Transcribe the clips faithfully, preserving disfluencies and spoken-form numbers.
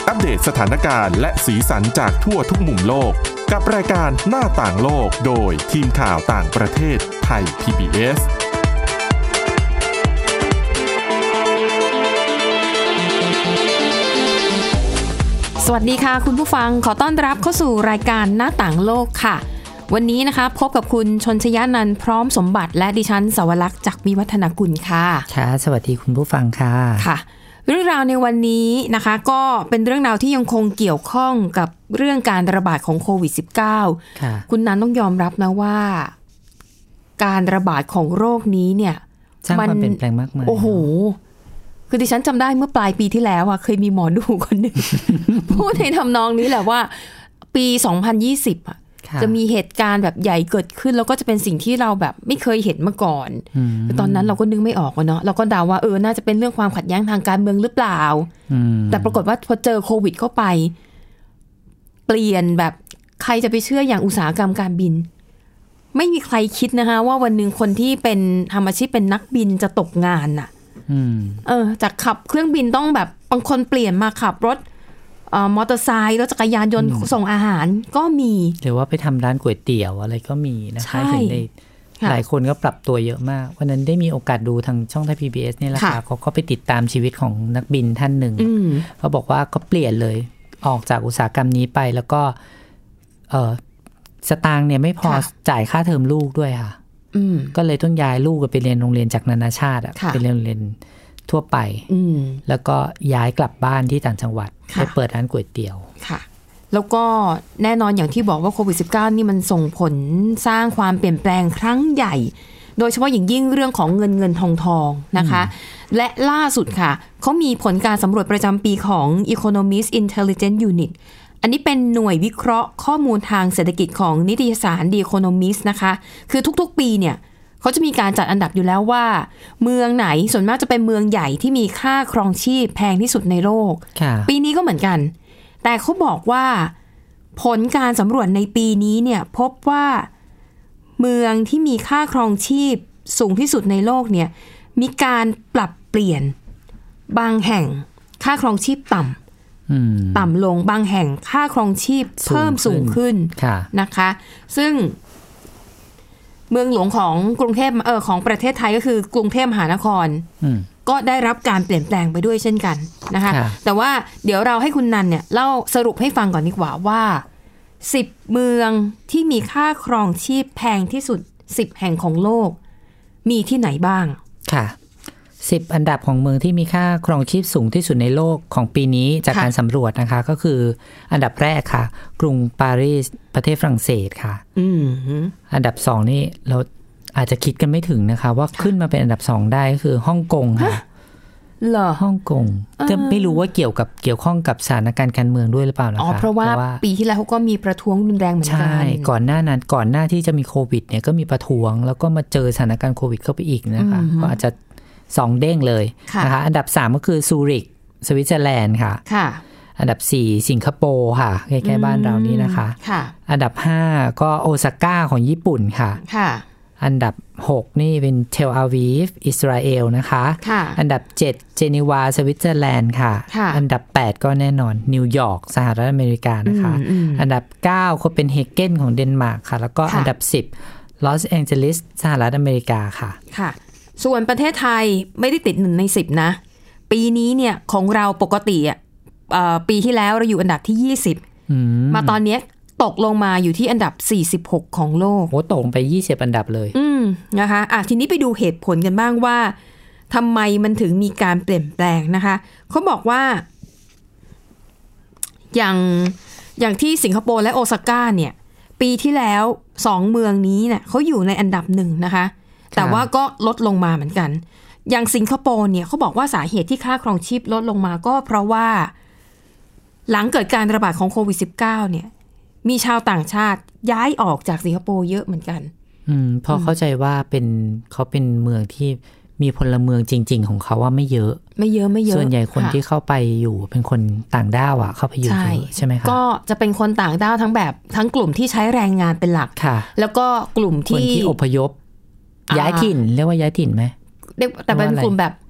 อัปเดตสถานการณ์และสีสันจากทั่วทุกมุมโลกกับรายการหน้าต่างโลกโดยทีมข่าวต่างประเทศไทย พี บี เอสสวัสดีค่ะคุณผู้ฟังขอต้อนรับเข้าสู่รายการหน้าต่างโลกค่ะวันนี้นะคะพบกับคุณชนชยานันท์พร้อมสมบัติและดิฉันสวรักษ์จากวิวัฒนากุลค่ะค่ะสวัสดีคุณผู้ฟังค่ะค่ะเรื่องราวในวันนี้นะคะก็เป็นเรื่องราวที่ยังคงเกี่ยวข้องกับเรื่องการระบาดของโควิด สิบเก้าค่ะคุณนันต้องยอมรับนะว่าการระบาดของโรคนี้เนี่ยสร้างความเปลี่ยนแปลงมากมายโอ้โหคือดิฉันจำได้เมื่อปลายปีที่แล้วอ่ะเคยมีหมอดูคนหนึ่ง พูดในทำนองนี้แหละว่าปีสองพันยี่สิบอ่ะจะมีเหตุการณ์แบบใหญ่เกิดขึ้นแล้วก็จะเป็นสิ่งที่เราแบบไม่เคยเห็นมาก่อนตอนนั้นเราก็นึกไม่ออกเนาะเราก็เดาว่าเออน่าจะเป็นเรื่องความขัดแย้งทางการเมืองหรือเปล่าแต่ปรากฏว่าพอเจอโควิดเข้าไปเปลี่ยนแบบใครจะไปเชื่ออย่างอุตสาหกรรมการบินไม่มีใครคิดนะคะว่าวันหนึ่งคนที่เป็นทำอาชีพเป็นนักบินจะตกงานน่ะเออจากขับเครื่องบินต้องแบบบางคนเปลี่ยนมาขับรถมอเตอร์ไซค์รถจักรยานยนต์ส่งอาหารก็มีหรือว่าไปทำร้านก๋วยเตี๋ยวอะไรก็มีนะคะเห็นได้หลายคนก็ปรับตัวเยอะมากวันนั้นได้มีโอกาสดูทางช่องไทย พี บี เอส นี่แหละค่ะเขาก็ไปติดตามชีวิตของนักบินท่านหนึ่งเขาบอกว่าก็เปลี่ยนเลยออกจากอุตสาหกรรมนี้ไปแล้วก็เออสตางค์เนี่ยไม่พอจ่ายค่าเทอมลูกด้วยค่ะก็เลยต้องย้ายลูกไปเรียนโรงเรียนจากนานาชาติอะไปเรียนโรงเรียนทั่วไปแล้วก็ย้ายกลับบ้านที่ต่างจังหวัดไปเปิดร้านก๋วยเตี๋ยวค่ะแล้วก็แน่นอนอย่างที่บอกว่าโควิด สิบเก้า นี่มันส่งผลสร้างความเปลี่ยนแปลงครั้งใหญ่โดยเฉพาะอย่างยิ่งเรื่องของเงินเงินทองทองนะคะและล่าสุดค่ะเขามีผลการสำรวจประจำปีของ Economist Intelligence Unit อันนี้เป็นหน่วยวิเคราะห์ข้อมูลทางเศรษฐกิจของนิตยสาร The Economist นะคะคือทุกๆปีเนี่ยเขาจะมีการจัดอันดับอยู่แล้วว่าเมืองไหนส่วนมากจะเป็นเมืองใหญ่ที่มีค่าครองชีพแพงที่สุดในโลกปีนี้ก็เหมือนกันแต่เขาบอกว่าผลการสำรวจในปีนี้เนี่ยพบว่าเมืองที่มีค่าครองชีพสูงที่สุดในโลกเนี่ยมีการปรับเปลี่ยนบางแห่งค่าครองชีพต่ำต่ำลงบางแห่งค่าครองชีพเพิ่มสูงขึ้นนะคะซึ่งเมืองหลวงของกรุงเทพเออของประเทศไทยก็คือกรุงเทพมหานครก็ได้รับการเปลี่ยนแปลงไปด้วยเช่นกันนะคะแต่ว่าเดี๋ยวเราให้คุณนันเนี่ยเล่าสรุปให้ฟังก่อนดีกว่าว่าสิบเมืองที่มีค่าครองชีพแพงที่สุดสิบแห่งของโลกมีที่ไหนบ้างค่ะสิบอันดับของเมืองที่มีค่าครองชีพสูงที่สุดในโลกของปีนี้จากการสำรวจนะคะก็คืออันดับแรกค่ะกรุงปารีสประเทศฝรั่งเศสค่ะอืมอันดับสองนี่เราอาจจะคิดกันไม่ถึงนะคะว่าขึ้นมาเป็นอันดับสองได้ก็คือฮ่องกงค่ะเหรอฮ่องกงจะไม่รู้ว่าเกี่ยวกับเกี่ยวข้องกับสถานการณ์การเมืองด้วยหรือเปล่านะคะอ๋อเพราะว่าปีที่แล้วเขาก็มีประท้วงรุนแรงเหมือนกันใช่ก่อนหน้านั้นก่อนหน้าที่จะมีโควิดเนี่ยก็มีประท้วงแล้วก็มาเจอสถานการณ์โควิดเข้าไปอีกนะคะก็อาจจะสองเด้งเลยนะคะอันดับสามก็คือซูริกสวิตเซอร์แลนด์ค่ะค่ะอันดับสี่สิงคโปร์ค่ะใกล้ๆบ้านเรานี่นะคะค่ะอันดับห้าก็โอซาก้าของญี่ปุ่นค่ะค่ะอันดับหกนี่เป็นเทลอาวีฟอิสราเอลนะคะค่ะอันดับเจ็ดเจนีวาสวิตเซอร์แลนด์ค่ะค่ะอันดับแปดก็แน่นอนนิวยอร์กสหรัฐอเมริกานะคะอันดับเก้าโคเปนเฮเกนของเดนมาร์กค่ะแล้วก็อันดับสิบลอสแองเจลิสสหรัฐอเมริกาค่ะค่ะส่วนประเทศไทยไม่ได้ติดหนึ่งในสิบนะปีนี้เนี่ยของเราปกติอ่ะปีที่แล้วเราอยู่อันดับที่ยี่สิบมาตอนนี้ตกลงมาอยู่ที่อันดับสี่สิบหกของโลกโอ้ตกไปยี่สิบอันดับเลยอืมนะคะอ่ะทีนี้ไปดูเหตุผลกันบ้างว่าทำไมมันถึงมีการเปลี่ยนแปลงนะคะเขาบอกว่าอย่างอย่างที่สิงคโปร์และโอซาก้าเนี่ยปีที่แล้วสองเมืองนี้เนี่ยเขาอยู่ในอันดับหนึ่งนะคะแต่ว่าก็ลดลงมาเหมือนกันอย่างสิงคโปร์เนี่ยเขาบอกว่าสาเหตุที่ค่าครองชีพลดลงมาก็เพราะว่าหลังเกิดการระบาดของโควิด สิบเก้า เนี่ยมีชาวต่างชาติย้ายออกจากสิงคโปร์เยอะเหมือนกันอืมพอเข้าใจว่าเป็นเขาเป็นเมืองที่มีพลเมืองจริงๆของเขาว่าไม่เยอะไม่เยอะไม่เยอะส่วนใหญ่คนที่เข้าไปอยู่เป็นคนต่างด้าวอ่ะเข้าไปอยู่ใช่ไหมคะก็จะเป็นคนต่างด้าวทั้งแบบทั้งกลุ่มที่ใช้แรงงานเป็นหลักแล้วก็กลุ่มที่คนที่อพยพย้ายถิ่นเรียกว่าย้ายถิ่นไหมแต่เป็นกลุ่มแบบ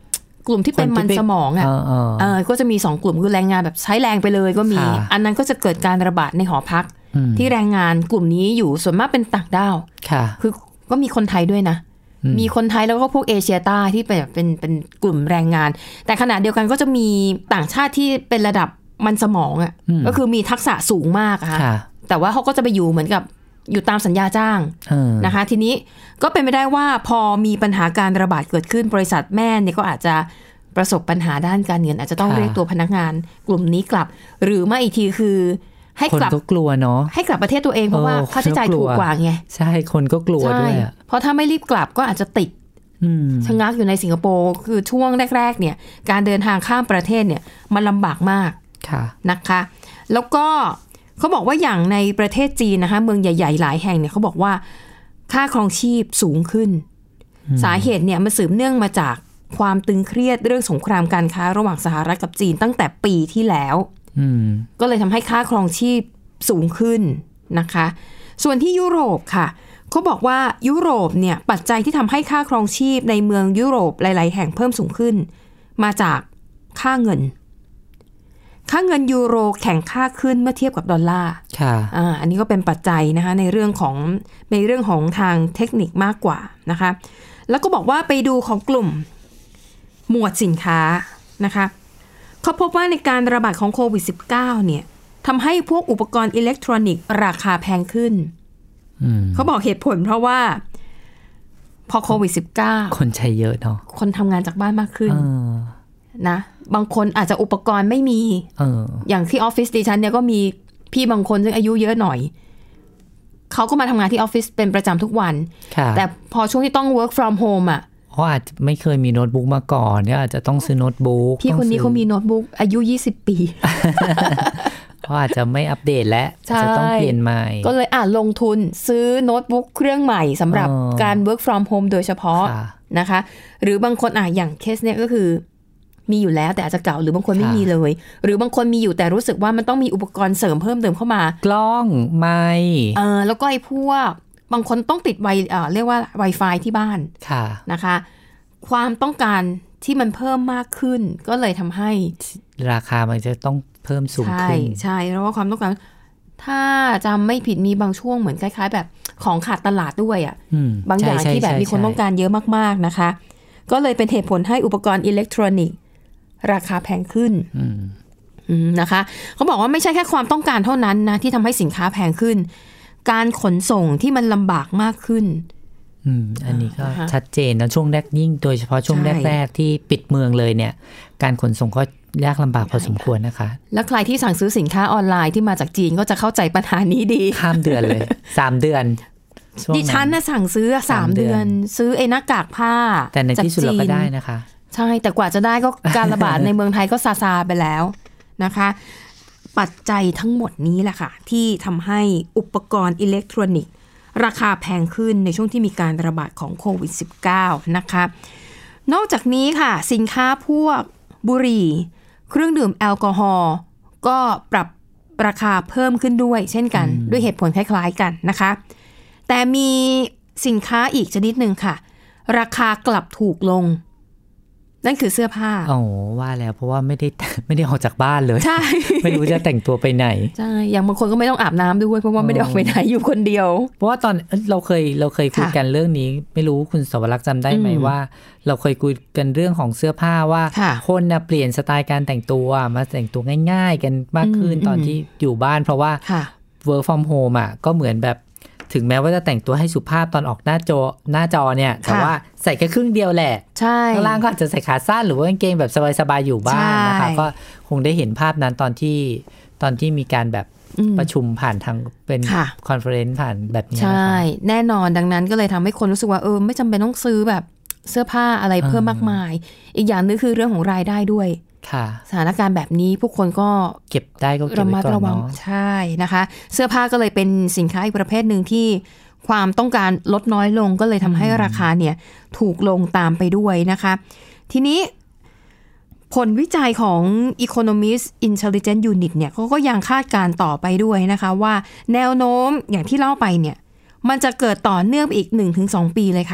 กลุ่มที่เป็นมันสมองอ่ะเออก็จะมีสองกลุ่มคือแรงงานแบบใช้แรงไปเลยก็มีอันนั้นก็จะเกิดการระบาดในหอพักที่แรงงานกลุ่มนี้อยู่ส่วนมากเป็นต่างด้าวคือก็มีคนไทยด้วยนะมีคนไทยแล้วก็พวกเอเชียใต้ที่เป็นเป็นเป็นกลุ่มแรงงานแต่ขณะเดียวกันก็จะมีต่างชาติที่เป็นระดับมันสมองอ่ะก็คือมีทักษะสูงมากค่ะแต่ว่าเขาก็จะไปอยู่เหมือนกับอยู่ตามสัญญาจ้างนะคะทีนี้ก็เป็นไปได้ว่าพอมีปัญหาการระบาดเกิดขึ้นบริษัทแม่เนี่ยก็อาจจะประสบปัญหาด้านการเงินอาจจะต้องเรียกตัวพนักงานกลุ่มนี้กลับหรือไม่อีกทีคือให้กลับคนก็กลัวเนาะให้กลับประเทศตัวเองเพราะว่าค่าใช้จ่ายถูกกว่าไงใช่คนก็กลัวด้วยเพราะถ้าไม่รีบกลับก็อาจจะติดชะงักอยู่ในสิงคโปร์คือช่วงแรกๆเนี่ยการเดินทางข้ามประเทศเนี่ยมันลำบากมากนะคะแล้วก็เขาบอกว่าอย่างในประเทศจีนนะคะเมืองใหญ่ๆหลายแห่งเนี่ยเขาบอกว่าค่าครองชีพสูงขึ้นสาเหตุเนี่ยมันสืบเนื่องมาจากความตึงเครียดเรื่องสงครามการค้าระหว่างสหรัฐกับจีนตั้งแต่ปีที่แล้วก็เลยทำให้ค่าครองชีพสูงขึ้นนะคะส่วนที่ยุโรปค่ะเขาบอกว่ายุโรปเนี่ยปัจจัยที่ทำให้ค่าครองชีพในเมืองยุโรปหลายๆแห่งเพิ่มสูงขึ้นมาจากค่าเงินค่าเงินยูโรแข็งค่าขึ้นเมื่อเทียบกับดอลลาร์ค่ะอ่าอันนี้ก็เป็นปัจจัยนะคะในเรื่องของในเรื่องของทางเทคนิคมากกว่านะคะแล้วก็บอกว่าไปดูของกลุ่มหมวดสินค้านะคะเขาพบว่าในการระบาดของโควิด สิบเก้า เนี่ยทำให้พวกอุปกรณ์อิเล็กทรอนิกส์ราคาแพงขึ้นเขาบอกเหตุผลเพราะว่าพอโควิด สิบเก้าคนใช้เยอะเนาะคนทำงานจากบ้านมากขึ้นนะบางคนอาจจะอุปกรณ์ไม่มี เออ อย่างที่ออฟฟิศดิฉันเนี่ยก็มีพี่บางคนซึ่งอายุเยอะหน่อยเขาก็มาทำงานที่ออฟฟิศเป็นประจำทุกวันแต่พอช่วงที่ต้อง work from home อ่ะเขาอาจจะไม่เคยมีโน้ตบุ๊กมาก่อนเนี่ยอาจจะต้องซื้อโน้ตบุ๊กพี่คนนี้เขามีโน้ตบุ๊กอายุยี่สิบปีเขาอาจจะไม่อัปเดตและจะต้องเปลี่ยนใหม่ก็เลยอ่ะลงทุนซื้อโน้ตบุ๊กเครื่องใหม่สำหรับการ work from home โดยเฉพาะนะคะหรือบางคนอ่ะอย่างเคสเนี่ยก็คือมีอยู่แล้วแต่อาจจะเก่าหรือบางคนไม่มีเลยหรือบางคนมีอยู่แต่รู้สึกว่ามันต้องมีอุปกรณ์เสริมเพิ่มเติมเข้ามากล้องไมค์เออแล้วก็ไอ้พวกบางคนต้องติดไวเอ่อเรียกว่า Wi-Fi ที่บ้านนะคะความต้องการที่มันเพิ่มมากขึ้นก็เลยทำให้ราคามันจะต้องเพิ่มสูงขึ้นใช่ใช่แล้วว่าความต้องการถ้าจำไม่ผิดมีบางช่วงเหมือนคล้ายๆแบบของขาดตลาดด้วยอ่ะบางอย่างที่แบบมีคนต้องการเยอะมากๆนะคะก็เลยเป็นเหตุผลให้อุปกรณ์อิเล็กทรอนิกส์ราคาแพงขึ้นนะคะเขาบอกว่าไม่ใช่แค่ความต้องการเท่านั้นนะที่ทำให้สินค้าแพงขึ้นการขนส่งที่มันลำบากมากขึ้นอืมอันนี้ก็ชัดเจนนะช่วงแรกยิ่งโดยเฉพาะช่วงแรกๆที่ปิดเมืองเลยเนี่ยการขนส่งก็ยากลำบากพอสมควรนะคะแล้วใครที่สั่งซื้อสินค้าออนไลน์ที่มาจากจีนก็จะเข้าใจปัญหานี้ดีข้ามเดือนเลยสามเดือนดิฉันน่ะสั่งซื้อสามเดือนซื้อไอ้หน้ากากผ้าแต่ในที่สุดเราก็ได้นะคะใช่แต่กว่าจะได้ก็การระบาดในเมืองไทยก็ซาซาไปแล้วนะคะปัจจัยทั้งหมดนี้แหละค่ะที่ทำให้อุปกรณ์อิเล็กทรอนิกส์ราคาแพงขึ้นในช่วงที่มีการระบาดของโควิด สิบเก้า นะคะนอกจากนี้ค่ะสินค้าพวกบุหรี่เครื่องดื่มแอลกอฮอล์ก็ปรับราคาเพิ่มขึ้นด้วยเช่นกันด้วยเหตุผลคล้ายๆกันนะคะแต่มีสินค้าอีกชนิดหนึ่งค่ะราคากลับถูกลงนั่นคือเสื้อผ้าอ๋อว่าแล้วเพราะว่าไม่ได้ไม่ได้ออกจากบ้านเลยใช่ ไม่รู้จะแต่งตัวไปไหนใช่อย่างบางคนก็ไม่ต้องอาบน้ำด้วยเพราะว่าไม่ได้ออกไปไหนอยู่คนเดียวเพราะว่าตอนเราเคยเราเคยคุยกันเรื่องนี้ไม่รู้คุณสวรักษ์จำได้ไหมว่าเราเคยคุยกันเรื่องของเสื้อผ้าว่าคนนะเปลี่ยนสไตล์การแต่งตัวมาแต่งตัวง่ายๆกันมากขึ้นตอนที่อยู่บ้านเพราะว่า work from home อ่ะก็เหมือนแบบถึงแม้ว่าจะแต่งตัวให้สุภาพตอนออกหน้าจอหน้าจอเนี่ยแต่ว่าใส่แค่ครึ่งเดียวแหละใช่ข้างล่างก็อาจจะใส่ขาสั้นหรือว่ากางเกงแบบสบายๆอยู่บ้านนะคะก็คงได้เห็นภาพนั้นตอนที่ตอนที่มีการแบบประชุมผ่านทางเป็นคอนเฟอเรนซ์ผ่านแบบนี้ใช่แน่นอนดังนั้นก็เลยทำให้คนรู้สึกว่าเออไม่จำเป็นต้องซื้อแบบเสื้อผ้าอะไรเพิ่มมากมายอีกอย่างนึงคือเรื่องของรายได้ด้วยสถานการณ์แบบนี้ผู้คนก็เก็บได้ก็เก็บไว้ก่อนเนาะใช่นะคะเสื้อผ้าก็เลยเป็นสินค้าอีกประเภทหนึ่งที่ความต้องการลดน้อยลงก็เลยทำให้ราคาเนี่ยถูกลงตามไปด้วยนะคะทีนี้ผลวิจัยของ Economist Intelligence Unit เนี่ยเขาก็ยังคาดการต่อไปด้วยนะคะว่าแนวโน้มอย่างที่เล่าไปเนี่ยมันจะเกิดต่อเนื่องอีก หนึ่งถึงสอง ปีเลยค่ะ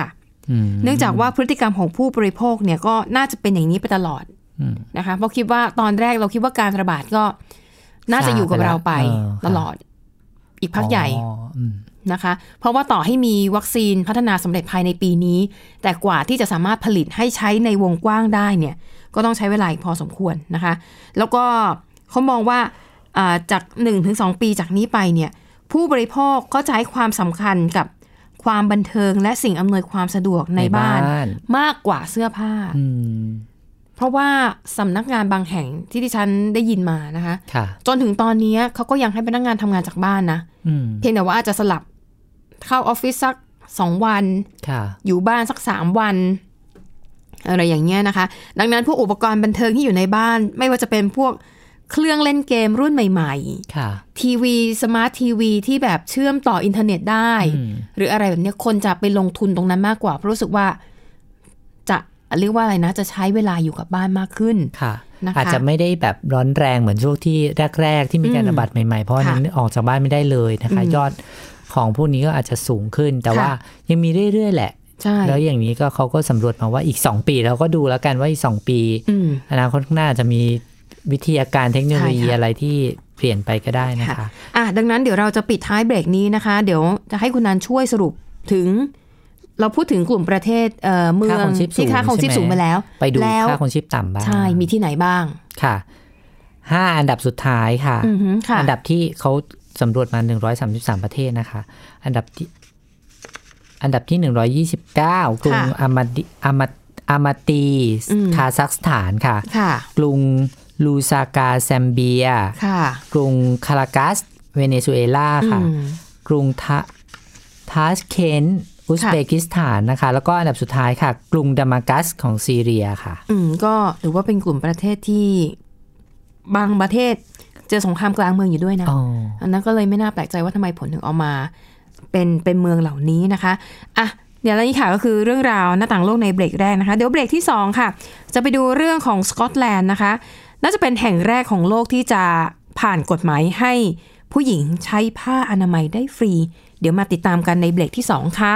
เนื่องจากว่าพฤติกรรมของผู้บริโภคเนี่ยก็น่าจะเป็นอย่างนี้ไปตลอดนะคะเพราะคิดว่าตอนแรกเราคิดว่าการระบาดก็น่าจะอยู่กับเราไปตลอดอีกพักใหญ่นะคะเพราะว่าต่อให้มีวัคซีนพัฒนาสำเร็จภายในปีนี้แต่กว่าที่จะสามารถผลิตให้ใช้ในวงกว้างได้เนี่ยก็ต้องใช้เวลาอีกพอสมควรนะคะแล้วก็เขามองว่าจาก หนึ่งถึงสอง ปีจากนี้ไปเนี่ยผู้บริโภคก็จะให้ความสำคัญกับความบันเทิงและสิ่งอำนวยความสะดวกในบ้านมากกว่าเสื้อผ้าเพราะว่าสำนักงานบางแห่งที่ดิฉันได้ยินมานะคะจนถึงตอนนี้เขาก็ยังให้พนักงานทำงานจากบ้านนะเพียงแต่ว่าอาจจะสลับเข้าออฟฟิศสักสองวันอยู่บ้านสักสามวันอะไรอย่างเงี้ยนะคะดังนั้นพวกอุปกรณ์บันเทิงที่อยู่ในบ้านไม่ว่าจะเป็นพวกเครื่องเล่นเกมรุ่นใหม่ๆทีวีสมาร์ททีวีที่แบบเชื่อมต่ออินเทอร์เน็ตได้หรืออะไรแบบนี้คนจะไปลงทุนตรงนั้นมากกว่าเพราะรู้สึกว่าจะเรียกว่าอะไรนะจะใช้เวลาอยู่กับบ้านมากขึ้นนะคะอาจจะไม่ได้แบบร้อนแรงเหมือนช่วงที่แรกๆที่มีการระบาดใหม่ๆเพราะนั้นออกจากบ้านไม่ได้เลยนะคะยอดของพวกนี้ก็อาจจะสูงขึ้นแต่ว่ายังมีเรื่อยๆแหละแล้วอย่างนี้ก็เขาก็สำรวจมาว่าอีกสองปีเราก็ดูแล้วกันว่าอีกสองปีอนาคตข้างหน้าจะมีวิทยาการเทคโนโลยีอะไรที่เปลี่ยนไปก็ได้นะคะอ่ะดังนั้นเดี๋ยวเราจะปิดท้ายเบรกนี้นะคะเดี๋ยวจะให้คุณนันช่วยสรุปถึงเราพูดถึงกลุ่มประเทศเอ่อเมืองที่ค่าครองชีพสูงไปแล้วไปดูค่าครองชีพต่ำบ้างใช่มีที่ไหนบ้างค่ะห้าอันดับสุดท้ายค่ะอันดับที่เขาสำรวจมาหนึ่งร้อยสามสิบสามประเทศนะคะอันดับที่อันดับที่หนึ่งร้อยยี่สิบเก้ากรุงอามาดิอามาอามาตีคาซัคสถานค่ะกรุงลูซากาแซมเบียกรุงคารากัสเวเนซุเอลาค่ะกรุงทาทาชเคนต์อุซเบกิสถานนะคะแล้วก็อันดับสุดท้ายค่ะกรุงดามากัสของซีเรียค่ะอืมก็ถือว่าเป็นกลุ่มประเทศที่บางประเทศเจอสงครามกลางเมืองอยู่ด้วยนะ oh. อันนั้นก็เลยไม่น่าแปลกใจว่าทำไมผลถึงออกมาเป็นเป็นเมืองเหล่านี้นะคะอ่ะเดี๋ยวแล้วนี่ค่ะก็คือเรื่องราวหน้าต่างโลกในเบรกแรกนะคะเดี๋ยวเบรกที่สองค่ะจะไปดูเรื่องของสกอตแลนด์นะคะน่าจะเป็นแห่งแรกของโลกที่จะผ่านกฎหมายให้ผู้หญิงใช้ผ้าอนามัยได้ฟรีเดี๋ยวมาติดตามกันในเบรกที่สองค่ะ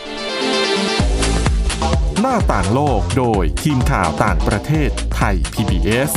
หน้าต่างโลกโดยทีมข่าวต่างประเทศไทย พี บี เอส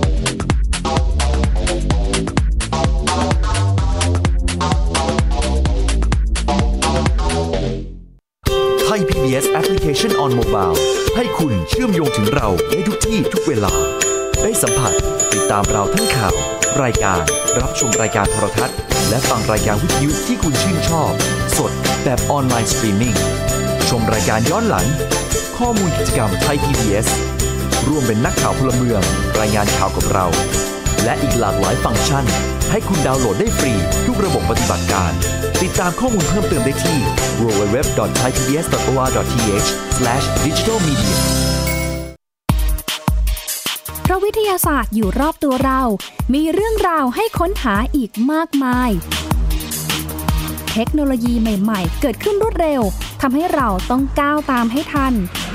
ไทย พี บี เอส Application on Mobile ให้คุณเชื่อมโยงถึงเราในทุกที่ทุกเวลาได้สัมผัสติดตามเราทั้งข่าวรายการรับชมรายการโทรทัศน์และฟังรายการวิทยุที่คุณชื่นชอบสดแบบออนไลน์สตรีมมิ่งชมรายการย้อนหลังข้อมูลกิจกรรมไทย พี บี เอส ร่วมเป็นนักข่าวพลเมืองรายงานข่าวกับเราและอีกหลากหลายฟังก์ชันให้คุณดาวน์โหลดได้ฟรีทุกระบบปฏิบัติการติดตามข้อมูลเพิ่มเติมได้ที่ ดับเบิลยู ดับเบิลยู ดับเบิลยู ดอท ไทย พี บี เอส ดอท โอ อาร์ ดอท ที เอช สแลช ดิจิทัล มีเดียเพราะวิทยาศาสตร์อยู่รอบตัวเรามีเรื่องราวให้ค้นหาอีกมากมายเทคโนโลยีใหม่ๆเกิดขึ้นรวดเร็วทำให้เราต้องก้าวตามให้ทัน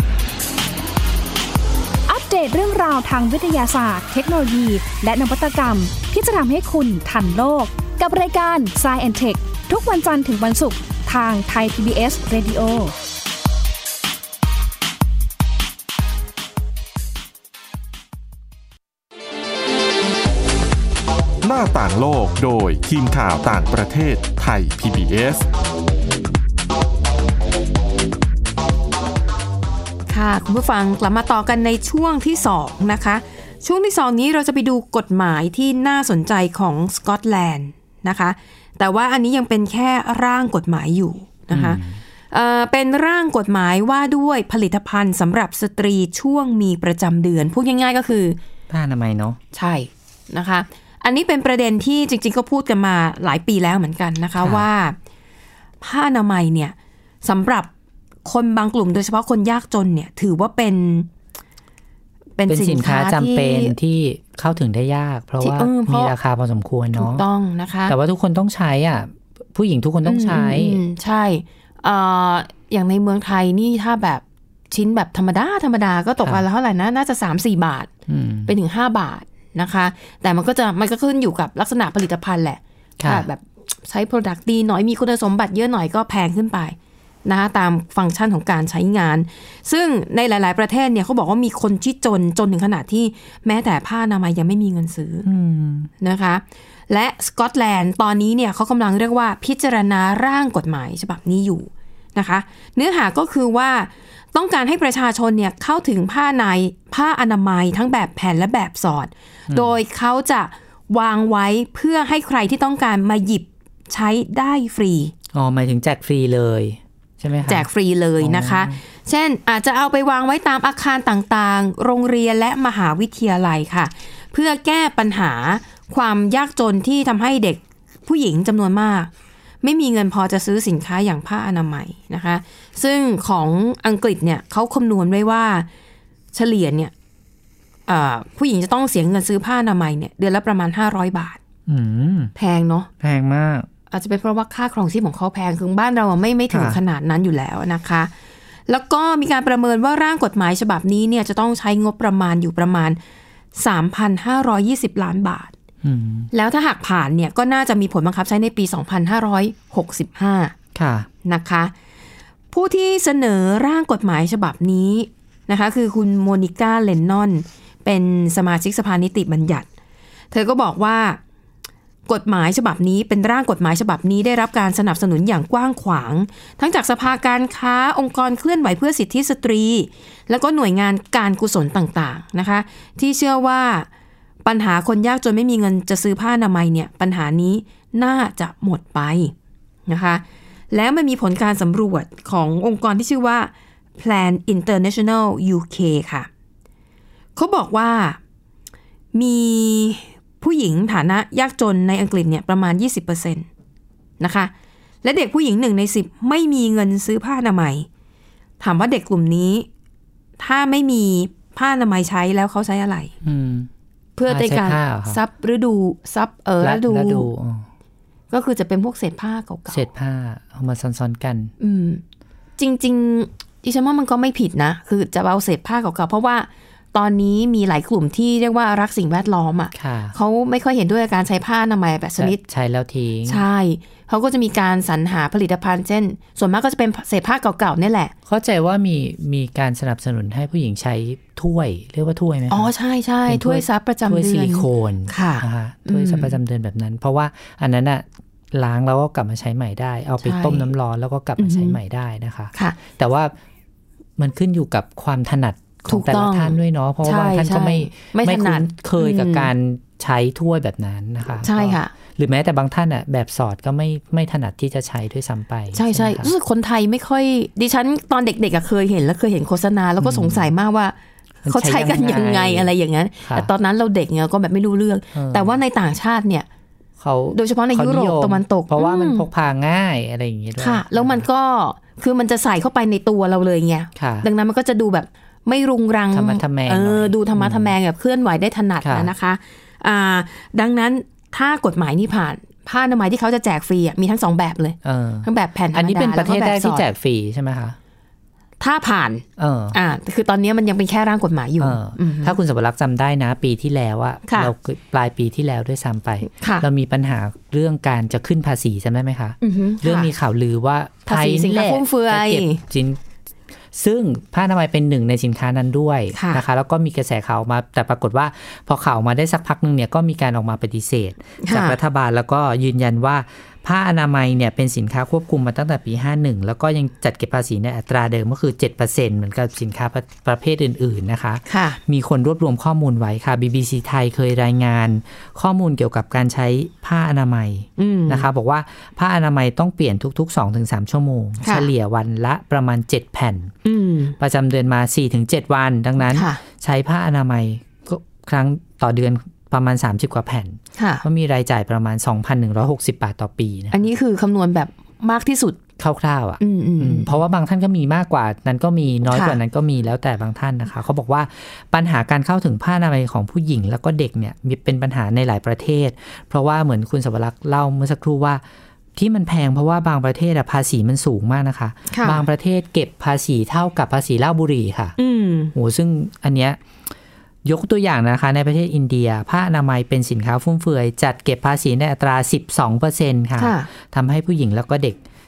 อัปเดตเรื่องราวทางวิทยาศาสตร์เทคโนโลยีและนวัตกรรมที่จะทำให้คุณทันโลกกับรายการ Science แอนด์ Tech ทุกวันจันทร์ถึงวันศุกร์ทางไทย พี บี เอส Radio หน้าต่างโลกโดยทีมข่าวต่างประเทศไทย พี บี เอสค่ะคุณผู้ฟังกลับมาต่อกันในช่วงที่สองนะคะช่วงที่สองนี้เราจะไปดูกฎหมายที่น่าสนใจของสกอตแลนด์นะคะแต่ว่าอันนี้ยังเป็นแค่ร่างกฎหมายอยู่นะคะเอ่อเป็นร่างกฎหมายว่าด้วยผลิตภัณฑ์สำหรับสตรีช่วงมีประจำเดือนพูดง่ายๆก็คือผ้าอนามัยเนาะใช่นะคะอันนี้เป็นประเด็นที่จริงๆก็พูดกันมาหลายปีแล้วเหมือนกันนะคะว่าผ้าอนามัยเนี่ยสำหรับคนบางกลุ่มโดยเฉพาะคนยากจนเนี่ยถือว่าเป็นเป็นสินค้าจำเป็นที่เข้าถึงได้ยากเพราะว่ามีราคาพอสมควรเนาะถูกต้องนะคะแต่ว่าทุกคนต้องใช้อ่ะผู้หญิงทุกคนต้องใช้ใช่เอ่ออย่างในเมืองไทยนี่ถ้าแบบชิ้นแบบธรรมดาธรรมดาก็ตกวันละเท่าไหร่นะน่าจะ สามถึงสี่ บาทไปถึงห้าบาทนะคะแต่มันก็จะมันก็ขึ้นอยู่กับลักษณะผลิตภัณฑ์แหละแบบใช้ product ดีหน่อยมีคุณสมบัติเยอะหน่อยก็แพงขึ้นไปนะคะตามฟังก์ชันของการใช้งานซึ่งในหลายๆประเทศเนี่ยเขาบอกว่ามีคนที่จนจนถึงขนาดที่แม้แต่ผ้าอนามัยยังไม่มีเงินซื้อนะคะและสกอตแลนด์ตอนนี้เนี่ยเขากำลังเรียกว่าพิจารณาร่างกฎหมายฉบับนี้อยู่นะคะเนื้อหาก็คือว่าต้องการให้ประชาชนเนี่ยเข้าถึงผ้าในผ้าอนามัยทั้งแบบแผ่นและแบบสอดโดยเขาจะวางไว้เพื่อให้ใครที่ต้องการมาหยิบใช้ได้ฟรีอ๋อหมายถึงแจกฟรีเลยใช่ไหมคะแจกฟรีเลยนะคะเช่นอาจจะเอาไปวางไว้ตามอาคารต่างๆโรงเรียนและมหาวิทยาลัยค่ะเพื่อแก้ปัญหาความยากจนที่ทำให้เด็กผู้หญิงจำนวนมากไม่มีเงินพอจะซื้อสินค้าอย่างผ้าอนามัยนะคะซึ่งของอังกฤษเนี่ยเขาคำนวณไว้ว่าเฉลี่ยเนี่ยผู้หญิงจะต้องเสียเงินซื้อผ้าอนามัยเนี่ยเดือนละประมาณห้าร้อยบาทแพงเนาะแพงมากอาจจะเป็นเพราะว่าค่าครองชีพของเขาแพงคือบ้านเราไม่ไม่ถึงขนาดนั้นอยู่แล้วนะคะแล้วก็มีการประเมินว่าร่างกฎหมายฉบับนี้เนี่ยจะต้องใช้งบประมาณอยู่ประมาณ สามพันห้าร้อยยี่สิบ ล้านบาทแล้วถ้าหากผ่านเนี่ยก็น่าจะมีผลบังคับใช้ในปี สองพันห้าร้อยหกสิบห้าค่ะนะคะผู้ที่เสนอร่างกฎหมายฉบับนี้นะคะคือคุณโมนิก้าเลนนอนเป็นสมาชิกสภานิติบัญญัติเธอก็บอกว่ากฎหมายฉบับนี้เป็นร่างกฎหมายฉบับนี้ได้รับการสนับสนุนอย่างกว้างขวางทั้งจากสภาการค้าองค์กรเคลื่อนไหวเพื่อสิทธิสตรีแล้วก็หน่วยงานการกุศลต่างๆนะคะที่เชื่อว่าปัญหาคนยากจนไม่มีเงินจะซื้อผ้าอนามัยเนี่ยปัญหานี้น่าจะหมดไปนะคะแล้วมันมีผลการสำรวจขององค์กรที่ชื่อว่า Plan International ยู เค ค่ะเขาบอกว่ามีผู้หญิงฐานะยากจนในอังกฤษเนี่ยประมาณ ยี่สิบเปอร์เซ็นต์ นะคะและเด็กผู้หญิงหนึ่งในสิบไม่มีเงินซื้อผ้าอนามัยถามว่าเด็กกลุ่มนี้ถ้าไม่มีผ้าอนามัยใช้แล้วเขาใช้อะไรเพื่อในการซับฤดูซับเออฤดูก็คือจะเป็นพวกเศษผ้าเก่าๆเศษผ้าเอามาซ้อนๆกันอืมจริงๆดิฉันว่ามันก็ไม่ผิดนะคือจะเอาเศษผ้าเก่าๆเพราะว่าตอนนี้มีหลายกลุ่มที่เรียกว่ารักสิ่งแวดล้อมอ่ะเขาไม่ค่อยเห็นด้วยการใช้ผ้าอนามัยแบบชนิดใช้แล้วทิ้งใช่เขาก็จะมีการสรรหาผลิตภัณฑ์เช่นส่วนมากก็จะเป็นเศษผ้าเก่าๆนี่แหละเข้าใจว่ามีมีการสนับสนุนให้ผู้หญิงใช้ถ้วยเรียกว่าถ้วยไหมอ๋อใช่ใช่ถ้วยซับประจำเดือนถ้วยซิลิโคนค่ะนะคะถ้วยซับประจำเดือนแบบนั้นเพราะว่าอันนั้นอะล้างแล้วก็กลับมาใช้ใหม่ได้เอาไปต้มน้ำร้อนแล้วก็กลับมาใช้ใหม่ได้นะคะแต่ว่ามันขึ้นอยู่กับความถนัดของแต่ละท่านด้วยเนาะเพราะว่าท่านก็ไม่ไม่คุ้นเคยกับการใช้ถ้วยแบบนั้นนะคะใช่ค่ะหรือแม้แต่บางท่านอ่ะแบบสอดก็ไม่ไม่ถนัดที่จะใช้ด้วยซ้ำไปใช่ใช่รู้สึกคนไทยไม่ค่อยดิฉันตอนเด็กๆเคยเห็นแล้วเคยเห็นโฆษณาแล้วก็สงสัยมากว่าเขาใช้กันยังไงอะไรอย่างนั้นแต่ตอนนั้นเราเด็กเนี่ยก็แบบไม่รู้เรื่องแต่ว่าในต่างชาติเนี่ยเขาโดยเฉพาะในยุโรปตะวันตกเพราะว่ามันพกพาง่ายอะไรอย่างเงี้ยด้วยค่ะแล้วมันก็คือมันจะใส่เข้าไปในตัวเราเลยไงดังนั้นมันก็จะดูแบบไม่รุงรังธรรมะทะแมงเออดูธรรมะทะแมงแบบเคลื่อนไหวได้ถนัดนะคะอ่าดังนั้นถ้ากฎหมายนี้ผ่านผ้าอนามัยที่เขาจะแจกฟรีมีทั้งสองแบบเลยทั้งแบบแผ่นธรรมดาอันนี้เป็นประเทศแรกที่แจกฟรีใช่ไหมคะถ้าผ่านเอออ่าคือตอนนี้มันยังเป็นแค่ร่างกฎหมายอยู่ถ้าคุณสวรักษ์จำได้นะปีที่แล้วอะเราปลายปีที่แล้วด้วยซ้ำไปเรามีปัญหาเรื่องการจะขึ้นภาษีจำได้ไหมคะเรื่องมีข่าวลือว่าไทยนี่แหละจะเก็บสินซึ่งผ้าอนามัยเป็นหนึ่งในสินค้านั้นด้วยนะคะแล้วก็มีกระแสข่าวมาแต่ปรากฏว่าพอข่าวมาได้สักพักนึงเนี่ยก็มีการออกมาปฏิเสธจากรัฐบาลแล้วก็ยืนยันว่าผ้าอนามัยเนี่ยเป็นสินค้าควบคุมมาตั้งแต่ปีห้าสิบเอ็ดแล้วก็ยังจัดเก็บภาษีในอัตราเดิมก็คือ เจ็ดเปอร์เซ็นต์ เหมือนกับสินค้าประเภทอื่นๆนะคะมีคนรวบรวมข้อมูลไว้ค่ะ บี บี ซี ไทยเคยรายงานข้อมูลเกี่ยวกับการใช้ผ้าอนามัยนะคะบอกว่าผ้าอนามัยต้องเปลี่ยนทุกๆ สองถึงสาม ชั่วโมงเฉลี่ยวันละประมาณเจ็ดแผ่นประจำเดือนมา สี่ถึงเจ็ด วันดังนั้นใช้ผ้าอนามัยก็ครั้งต่อเดือนประมาณสามสิบกว่าแผ่นก็มีรายจ่ายประมาณ สองพันหนึ่งร้อยหกสิบ บาทต่อปีนะอันนี้คือคำนวณแบบมากที่สุดคร่าวๆอ่ะเพราะว่าบางท่านก็มีมากกว่านั้นก็มีน้อยกว่านั้นก็มีแล้วแต่บางท่านนะคะเขาบอกว่าปัญหาการเข้าถึงผ้าอนามัยของผู้หญิงแล้วก็เด็กเนี่ยมีเป็นปัญหาในหลายประเทศเพราะว่าเหมือนคุณสวรักษ์เล่าเมื่อสักครู่ว่าที่มันแพงเพราะว่าบางประเทศภาษีมันสูงมากนะคะบางประเทศเก็บภาษีเท่ากับภาษีเหล้าบุหรี่ค่ะโหซึ่งอันเนี้ยยกตัวอย่างนะคะในประเทศอินเดียผ้าอนามัยเป็นสินค้าฟุ่มเฟือยจัดเก็บภาษีในอัตรา สิบสองเปอร์เซ็นต์ ค่ะทำให้ผู้หญิงแล้วก็เด็ก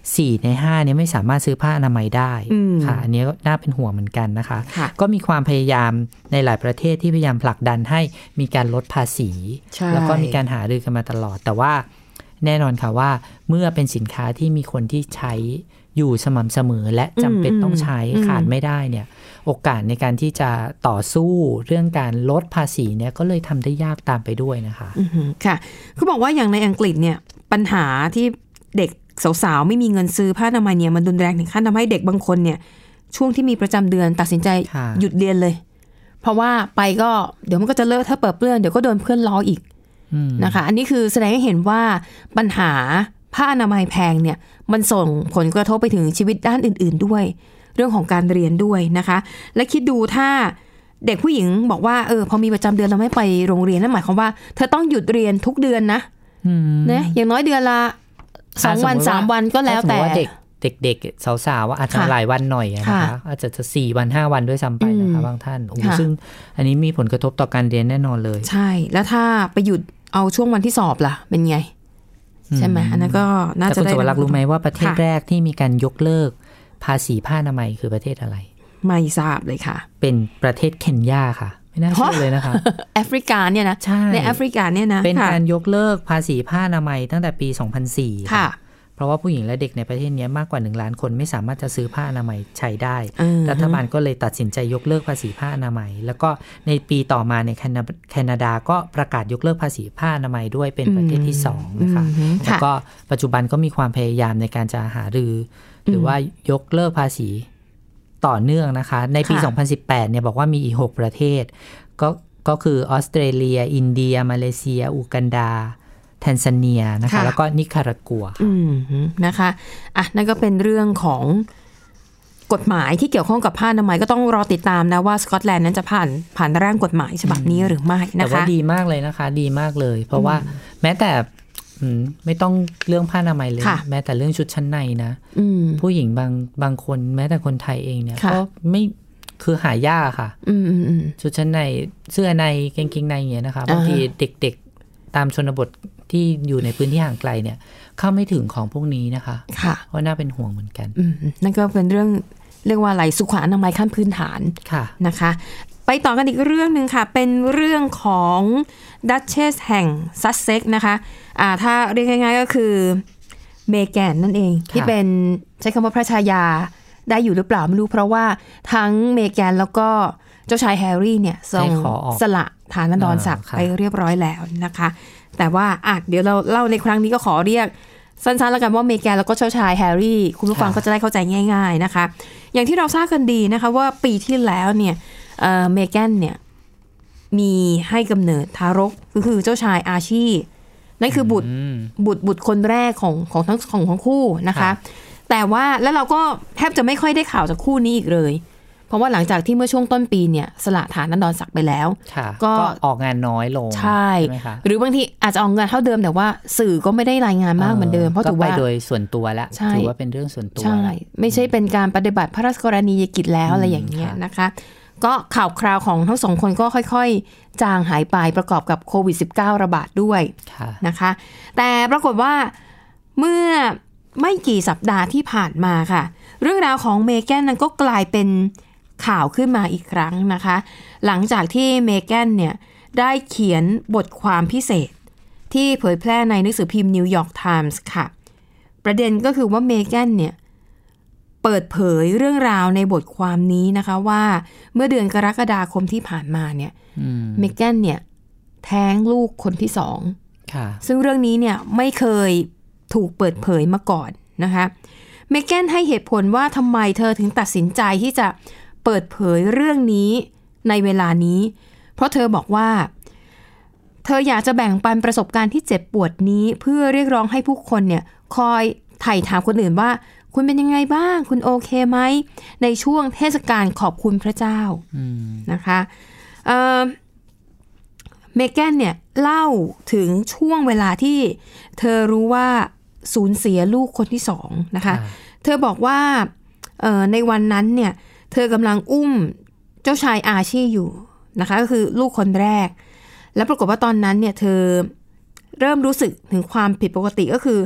สี่ในห้าเนี่ยไม่สามารถซื้อผ้าอนามัยได้ค่ะอันนี้ก็น่าเป็นห่วงเหมือนกันนะคะก็มีความพยายามในหลายประเทศที่พยายามผลักดันให้มีการลดภาษีแล้วก็มีการหารือกันมาตลอดแต่ว่าแน่นอนค่ะว่าเมื่อเป็นสินค้าที่มีคนที่ใช้อยู่สม่ำเสมอและจำเป็นต้องใช้ขาดไม่ได้เนี่ยโอกาสในการที่จะต่อสู้เรื่องการลดภาษีเนี่ยก็เลยทำได้ยากตามไปด้วยนะคะค่ะเขาบอกว่าอย่างในอังกฤษเนี่ยปัญหาที่เด็กสาวๆไม่มีเงินซื้อผ้าอนามัยเนี่ยมันรุนแรงถึงขั้นทำให้เด็กบางคนเนี่ยช่วงที่มีประจำเดือนตัดสินใจหยุดเรียนเลยเพราะว่าไปก็เดี๋ยวมันก็จะเลอะถ้าเปิดเปื้อนเดี๋ยวก็โดนเพื่อนล้ออีกนะคะอันนี้คือแสดงให้เห็นว่าปัญหาผ้าอนามัยแพงเนี่ยมันส่งผลกระทบไปถึงชีวิตด้านอื่นๆด้วยเรื่องของการเรียนด้วยนะคะและคิดดูถ้าเด็กผู้หญิงบอกว่าเออพอมีประจำเดือนเราไม่ไปโรงเรียนนั่นหมายความว่าเธอต้องหยุดเรียนทุกเดือนนะนะอย่างน้อยเดือนละสองวันสามวันก็แล้วแต่เด็กเด็กๆสาวๆว่าอาจจะหลายวันหน่อยนะคะอาจจะจะสี่วันห้าวันด้วยซ้ำไปนะคะบางท่านโอ้ซึ่งอันนี้มีผลกระทบต่อการเรียนแน่นอนเลยใช่แล้วถ้าไปหยุดเอาช่วงวันที่สอบล่ะเป็นไงใช่ไหมอันนั้นก็น่าจะได้แต่คุณสวรักษ์รู้ไหมว่าประเทศแรกที่มีการยกเลิกภาษีผ้าอนามัยคือประเทศอะไรไม่ทราบเลยค่ะเป็นประเทศเคนยาค่ะไม่น่าเชื่อเลยนะคะแอฟริกาเนี่ยนะในแอฟริกาเนี่ยนะเป็นการยกเลิกภาษีผ้าอนามัยตั้งแต่ปีสองพันสี่ค่ะเพราะว่าผู้หญิงและเด็กในประเทศนี้มากกว่าหนึ่งล้านคนไม่สามารถจะซื้อผ้าอนามัยใช้ได้รัฐบาลก็เลยตัดสินใจยกเลิกภาษีผ้าอนามัยแล้วก็ในปีต่อมาในแคนาดาก็ประกาศยกเลิกภาษีผ้าอนามัยด้วยเป็นประเทศที่สองนะคะแล้วก็ปัจจุบันก็มีความพยายามในการจะหารือหรือว่ายกเลิกภาษีต่อเนื่องนะคะในปีสองพันสิบแปดเนี่ยบอกว่ามีอีกหกประเทศก็ก็คือออสเตรเลียอินเดียมาเลเซียอูกันดาแทนซาเนียนะคะแล้วก็นิคารากัวนะคะอ่ะนั่นก็เป็นเรื่องของกฎหมายที่เกี่ยวข้องกับผ้าอนามัยก็ต้องรอติดตามนะว่าสกอตแลนด์นั้นจะผ่านผ่านร่างกฎหมายฉบับนี้หรือไม่นะคะแต่ว่าดีมากเลยนะคะดีมากเลยเพราะว่าแม้แต่ไม่ต้องเรื่องผ้าอนามัยเลยแม้แต่เรื่องชุดชั้นในนะผู้หญิงบางบางคนแม้แต่คนไทยเองเนี่ยก็ไม่คือหายากค่ะชุดชั้นในเสื้อในกางเกงในอย่างเงี้ยนะคะบางทีเด็กๆตามชนบทที่อยู่ในพื้นที่ห่างไกลเนี่ยเข้าไม่ถึงของพวกนี้นะคะเพราะน่าเป็นห่วงเหมือนกันนั่นก็เป็นเรื่องเรียกว่าอะไรสุขอนามัยขั้นพื้นฐานนะคะไปต่อกันอีกเรื่องนึงค่ะเป็นเรื่องของดัชเชสแห่งซัสเซ็กซ์นะคะอ่าถ้าเรียกง่ายๆก็คือเมแกนนั่นเองที่เป็นใช้คำว่าพระชายาได้อยู่หรือเปล่าไม่รู้เพราะว่าทั้งเมแกนแล้วก็เจ้าชายแฮร์รี่เนี่ยส่งสละฐานันดรศักดิ์ไปเรียบร้อยแล้วนะคะแต่ว่าอ่ะเดี๋ยวเราเล่าในครั้งนี้ก็ขอเรียกสั้นๆแล้วกันว่าเมแกนแล้วก็เจ้าชายแฮร์รี่คุณผู้ฟังก็จะได้เข้าใจง่ายๆนะคะอย่างที่เราทราบกันดีนะคะว่าปีที่แล้วเนี่ยเอ่อเมแกนเนี่ยมีให้กำเนิดทารกก็คือเจ้าชายอาร์ชีนั่นคือบุตรบุตรบุตรคนแรกของของทั้งของทั้งคู่นะคะแต่ว่าแล้วเราก็แทบจะไม่ค่อยได้ข่าวจากคู่นี้อีกเลยเพราะว่าหลังจากที่เมื่อช่วงต้นปีเนี่ยสละฐานันดรศักดิ์ไปแล้วก็ออกงานน้อยลงใช่หรือบางทีอาจจะออกงานเท่าเดิมแต่ว่าสื่อก็ไม่ได้รายงานมากเหมือนเดิมเพราะถือว่าไปโดยส่วนตัวแล้วถือว่าเป็นเรื่องส่วนตัวใช่ไม่ใช่เป็นการปฏิบัติพระราชกรณียกิจแล้วอะไรอย่างเงี้ยนะคะก็ข่าวคราวของทั้งสองคนก็ค่อยๆจางหายไปประกอบกับโควิด สิบเก้า ระบาดด้วยนะคะแต่ปรากฏว่าเมื่อไม่กี่สัปดาห์ที่ผ่านมาค่ะเรื่องราวของเมแกนนั้นก็กลายเป็นข่าวขึ้นมาอีกครั้งนะคะหลังจากที่เมแกนเนี่ยได้เขียนบทความพิเศษที่เผยแพร่ในหนังสือพิมพ์นิวยอร์กไทมส์ค่ะประเด็นก็คือว่าเมแกนเนี่ยเปิดเผยเรื่องราวในบทความนี้นะคะว่าเมื่อเดือนกรกฎาคมที่ผ่านมาเนี่ยเมแกนเนี่ยแท้งลูกคนที่สองซึ่งเรื่องนี้เนี่ยไม่เคยถูกเปิดเผยมาก่อนนะคะเมแกนให้เหตุผลว่าทำไมเธอถึงตัดสินใจที่จะเปิดเผยเรื่องนี้ในเวลานี้เพราะเธอบอกว่าเธออยากจะแบ่งปันประสบการณ์ที่เจ็บปวดนี้เพื่อเรียกร้องให้ผู้คนเนี่ยคอยไถ่ถามคนอื่นว่าคุณเป็นยังไงบ้างคุณโอเคไหมในช่วงเทศกาลขอบคุณพระเจ้านะคะเอ่อเมแกนเนี่ยเล่าถึงช่วงเวลาที่เธอรู้ว่าสูญเสียลูกคนที่สองนะคะเธอบอกว่าเอ่อในวันนั้นเนี่ยเธอกำลังอุ้มเจ้าชายอาร์ชี่อยู่นะคะก็คือลูกคนแรกแล้วปรากฏว่าตอนนั้นเนี่ยเธอเริ่มรู้สึกถึงความผิดปกติก็คือ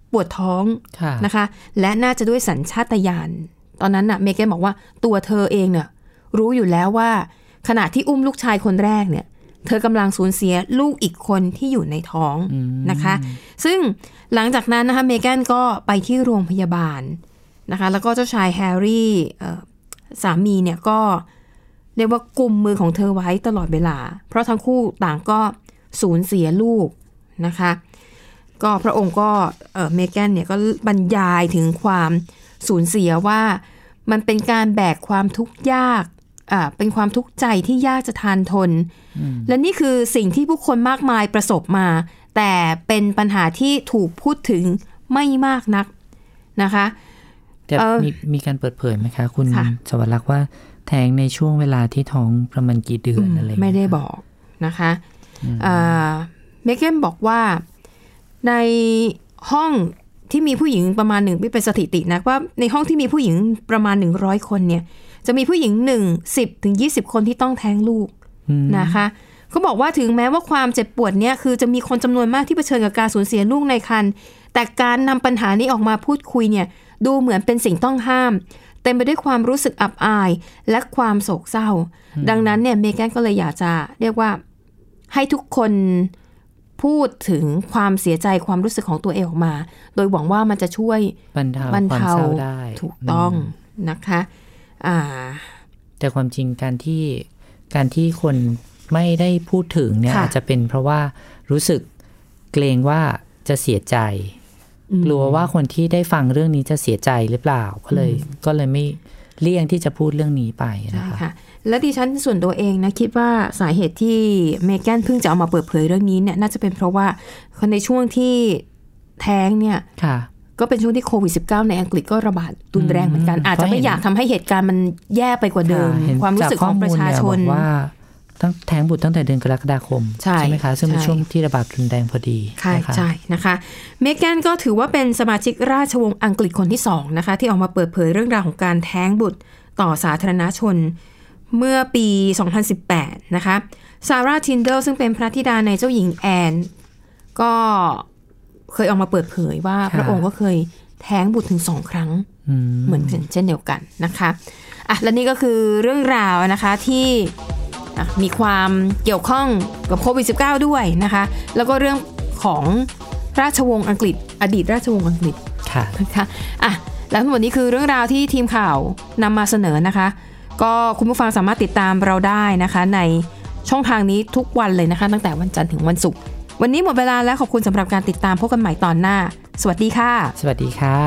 ปวดท้องนะคะและน่าจะด้วยสัญชาตญาณตอนนั้นน่ะเมแกนบอกว่าตัวเธอเองเนี่ยรู้อยู่แล้วว่าขณะที่อุ้มลูกชายคนแรกเนี่ยเธอกำลังสูญเสียลูกอีกคนที่อยู่ในท้องนะคะซึ่งหลังจากนั้นนะคะเมแกนก็ไปที่โรงพยาบาลนะคะแล้วก็เจ้าชายแฮร์รี่สามีเนี่ยก็เรียกว่ากุมมือของเธอไว้ตลอดเวลาเพราะทั้งคู่ต่างก็สูญเสียลูกนะคะก็พระองค์ก็เอ่อเมแกนเนี่ยก็บรรยายถึงความสูญเสียว่ามันเป็นการแบกความทุกข์ยากอ่าเป็นความทุกข์ใจที่ยากจะทานทนและนี่คือสิ่งที่ผู้คนมากมายประสบมาแต่เป็นปัญหาที่ถูกพูดถึงไม่มากนักนะคะแต่มีมีการเปิดเผยไหมคะคุณสวรรค์ว่าแท้งในช่วงเวลาที่ท้องประมาณกี่เดือนอะไรไม่ได้บอกนะคะเมแกนบอกว่าในห้องที่มีผู้หญิงประมาณหนึ่งเป็นสถิตินะว่าในห้องที่มีผู้หญิงประมาณหนึ่งร้อยคนเนี่ยจะมีผู้หญิงหนึ่ง สิบถึงยี่สิบคนที่ต้องแท้งลูกนะคะเขาบอกว่าถึงแม้ว่าความเจ็บปวดเนี่ยคือจะมีคนจำนวนมากที่เผชิญกับการสูญเสียลูกในครรภ์แต่การนำปัญหานี้ออกมาพูดคุยเนี่ยดูเหมือนเป็นสิ่งต้องห้ามเต็มไปด้วยความรู้สึกอับอายและความโศกเศร้าดังนั้นเนี่ยเมแกนก็เลยอยากจะเรียกว่าให้ทุกคนพูดถึงความเสียใจความรู้สึกของตัวเองออกมาโดยหวังว่ามันจะช่วยบรรเทาความเศร้าได้ถูกต้องนะคะอ่าแต่ความจริงการที่การที่คนไม่ได้พูดถึงเนี่ยอาจจะเป็นเพราะว่ารู้สึกเกรงว่าจะเสียใจกลัวว่าคนที่ได้ฟังเรื่องนี้จะเสียใจหรือเปล่าก็เลยก็เลยไม่เลี่ยงที่จะพูดเรื่องนี้ไปนะคะใช่ค่ะและดิฉันส่วนตัวเองนะคิดว่าสาเหตุที่เมแกนเพิ่งจะเอามาเปิดเผยเรื่องนี้เนี่ยน่าจะเป็นเพราะว่าในช่วงที่แท้งเนี่ยก็เป็นช่วงที่โควิด สิบเก้า ในอังกฤษก็ระบาดรุนแรงเหมือนกันอาจจะไม่อยากทำให้เหตุการณ์มันแย่ไปกว่าเดิมความรู้สึกของประชาชนว่าตั้งแท้งบุตรตั้งแต่เดือนกรกฎาคมใช่ไหมคะซึ่งเป็นช่วงที่ระบาดรุนแรงพอดีใช่ใช่นะคะเมแกนก็ถือว่าเป็นสมาชิกราชวงศ์อังกฤษคนที่สองนะคะที่ออกมาเปิดเผยเรื่องราวของการแท้งบุตรต่อสาธารณชนเมื่อปีสองพันสิบแปดนะคะซาร่าทินเดลซึ่งเป็นพระธิดาในเจ้าหญิงแอนก็เคยออกมาเปิดเผยว่าพระองค์ก็เคยแท้งบุตรถึงสองครั้งเหมือนกันเช่นเดียวกันนะคะอ่ะและนี่ก็คือเรื่องราวนะคะที่มีความเกี่ยวข้องกับโควิด สิบเก้า ด้วยนะคะแล้วก็เรื่องของราชวงศ์อังกฤษอดีตราชวงศ์อังกฤษค่ะนะคะอ่ะแล้วทั้งหมดนี้คือเรื่องราวที่ทีมข่าวนำมาเสนอนะคะก็คุณผู้ฟังสามารถติดตามเราได้นะคะในช่องทางนี้ทุกวันเลยนะคะตั้งแต่วันจันทร์ถึงวันศุกร์วันนี้หมดเวลาแล้วขอบคุณสำหรับการติดตามพบกันใหม่ตอนหน้าสวัสดีค่ะสวัสดีค่ะ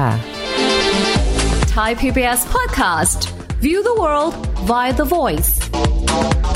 Thai พี บี เอส Podcast View the world via the voice